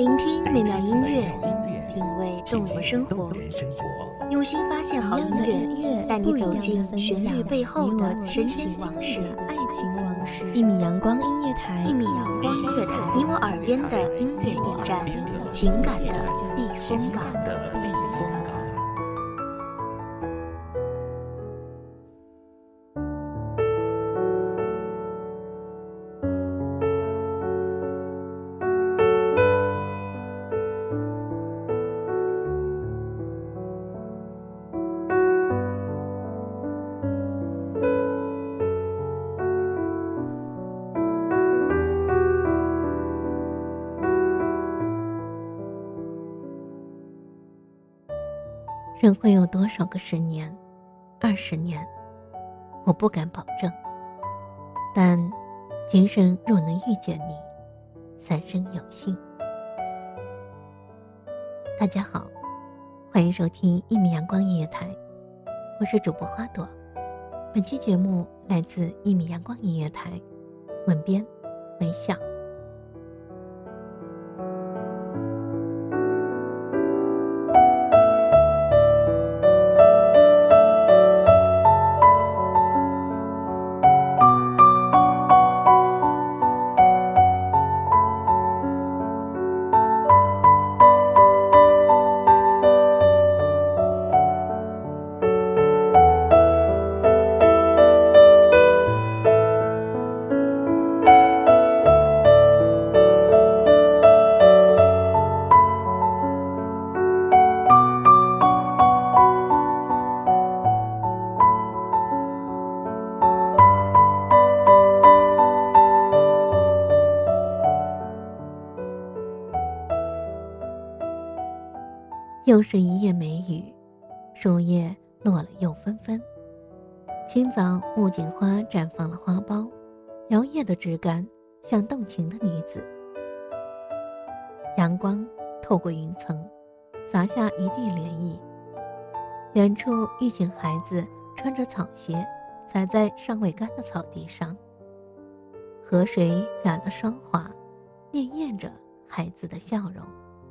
聆听美妙音乐，品味动人生活，用心发现好音乐，带你走进旋律背后的深情往事。 爱情往事。一米阳光音乐台， 一米阳光音乐台，你我耳边的音乐驿站，情感的避风港。 人会有多少个10年、20年，我不敢保证。但今生若能遇见你，三生有幸。大家好，欢迎收听一米阳光音乐台，我是主播花朵。本期节目来自一米阳光音乐台，文编微笑。又是一夜梅雨，树叶落了又纷纷。清早木槿花绽放了花苞，摇曳的枝干像动情的女子。阳光透过云层，洒下一地涟漪。远处一群孩子穿着草鞋，踩在尚未干的草地上。河水染了霜华，潋滟着孩子的笑容。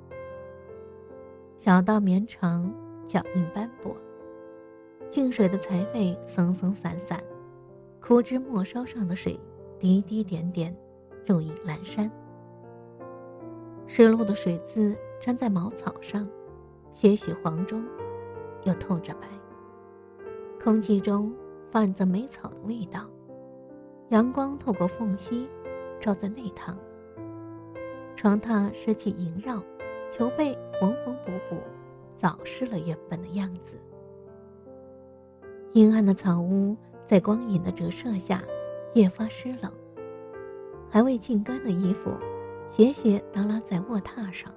小道绵长，脚印斑驳，静水的财位松松散散，枯枝末梢上的水滴滴点点，入影阑珊。湿漉的水渍粘在茅草上，些许黄中又透着白。空气中泛着梅草的味道，阳光透过缝隙照在内堂。床榻湿气萦绕，球被缝缝补补，早失了原本的样子。阴暗的草屋在光影的折射下越发湿冷，还未浸干的衣服斜斜耷拉在卧榻上。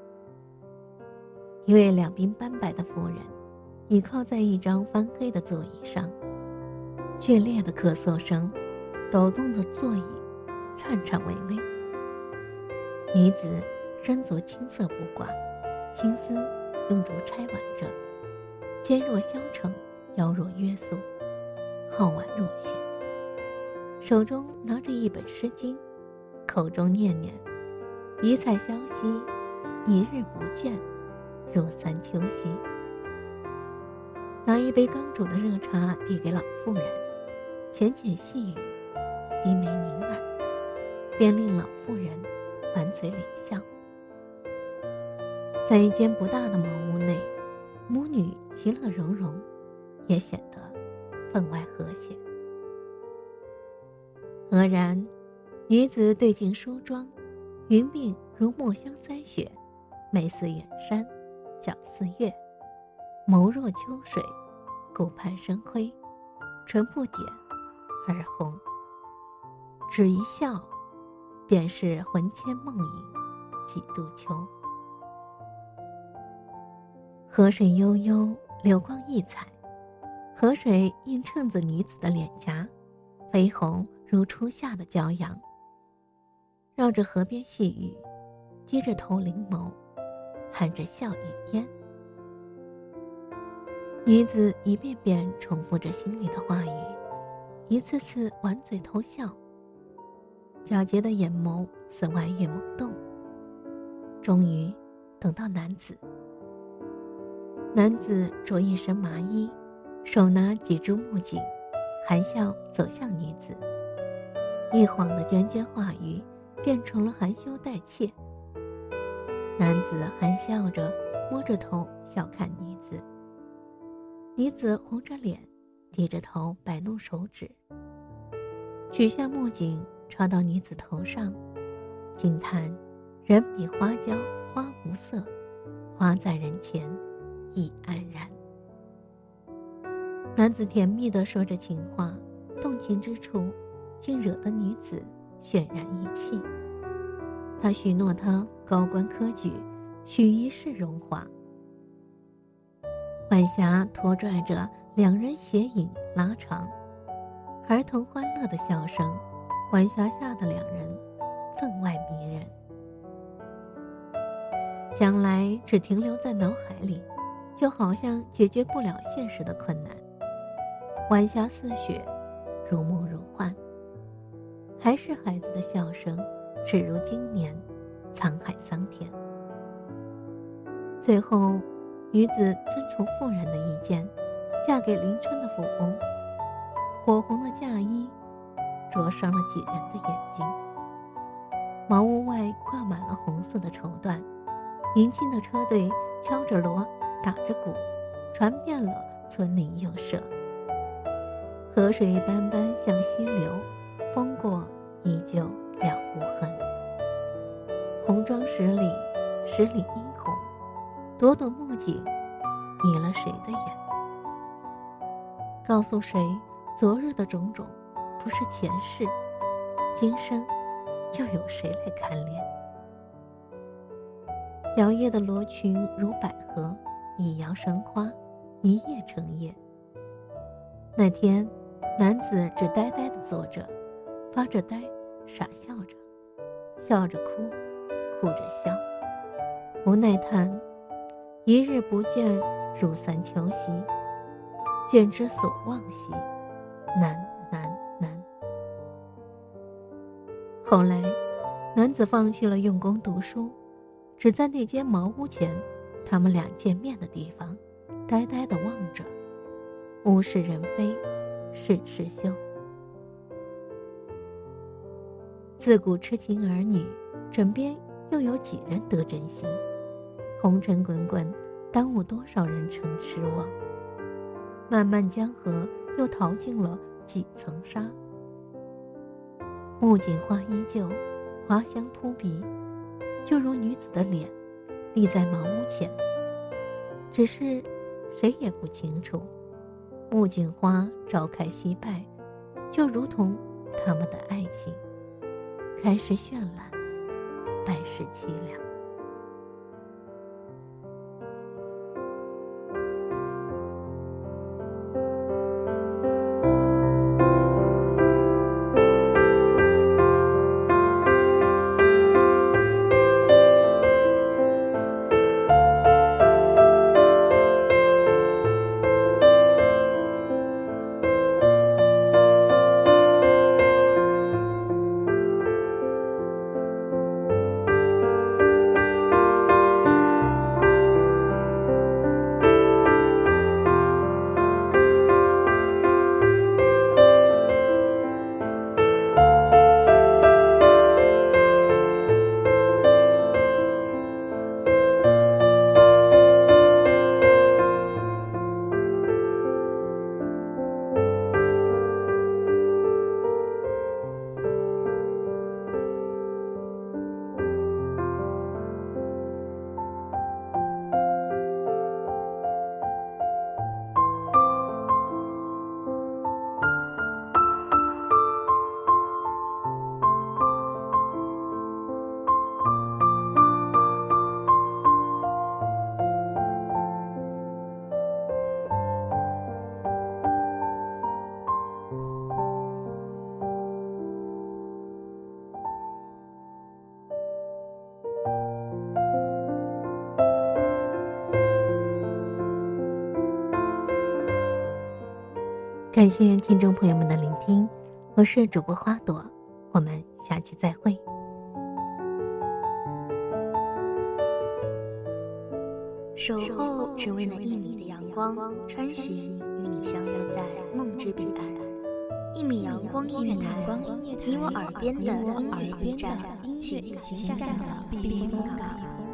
一位两鬓斑白的妇人倚靠在一张翻黑的座椅上，剧烈的咳嗽声抖动着座椅，颤颤巍巍。女子身着青色布褂，青丝用竹钗挽着，肩若削成，腰若约素，皓腕若雪。手中拿着一本诗经，口中念念笔彩消息，一日不见，如三秋夕。拿一杯刚煮的热茶递给老妇人，浅浅细语，低眉凝耳，便令老妇人满嘴咧笑。在一间不大的茅屋内，母女其乐融融，也显得分外和谐。愕然，女子对镜梳妆，云鬓如墨香腮雪，眉似远山，皎似月，眸若秋水，顾盼生辉，唇不点，耳红。只一笑，便是魂牵梦萦几度秋。河水悠悠，流光溢彩，河水映衬着女子的脸颊，绯红如初夏的骄阳。绕着河边细雨，低着头凝眸，含着笑语嫣。女子一遍遍重复着心里的话语，一次次挽嘴偷笑，皎洁的眼眸似弯月萌动， 终于等到男子。男子着一身麻衣，手拿几株木槿，含笑走向女子，一晃的涓涓话语变成了含羞带怯。男子含笑着摸着头笑看女子，女子红着脸低着头摆弄手指，取下木槿插到女子头上，惊叹人比花娇花无色，花在人前意安然。男子甜蜜地说着情话，动情之处竟惹得女子泫然欲泣。他许诺她高官科举，许一世荣华。晚霞拖拽着两人斜影拉长，儿童欢乐的笑声，晚霞下的两人分外迷人。将来只停留在脑海里，就好像解决不了现实的困难。晚霞似雪，如梦如幻，还是孩子的笑声，只如今年沧海桑田。最后，女子遵从妇人的意见，嫁给临春的富翁。火红的嫁衣灼伤了几人的眼睛。茅屋外挂满了红色的绸缎，迎亲的车队敲着锣，打着鼓，传遍了村邻幼舍。河水斑斑向西流，风过依旧了无痕。红妆十里，十里殷红，朵朵木槿迷了谁的眼？告诉谁，昨日的种种不是前世，今生又有谁来看怜？摇曳的罗裙如百合，一摇生花，一夜成叶。那天，男子只呆呆地坐着，发着呆，傻笑着，笑着哭，哭着笑，无奈叹：一日不见，如三秋兮，见之所望兮，难难难。后来，男子放弃了用功读书，只在那间茅屋前，他们俩见面的地方，呆呆地望着，物是人非，事事休。自古痴情儿女，枕边又有几人得真心？红尘滚滚，耽误多少人成痴妄？漫漫江河，又淘尽了几层沙。木槿花依旧，花香扑鼻，就如女子的脸，立在茅屋前。只是谁也不清楚，木槿花朝开夕败，就如同他们的爱情，开始绚烂，败时凄凉。感谢听众朋友们的聆听，我是主播花朵，我们下期再会。 守候只为那1米的阳光，穿行与你相约在梦之彼岸。1米阳光音乐台，你我耳边的音乐驿站，情感的避风港。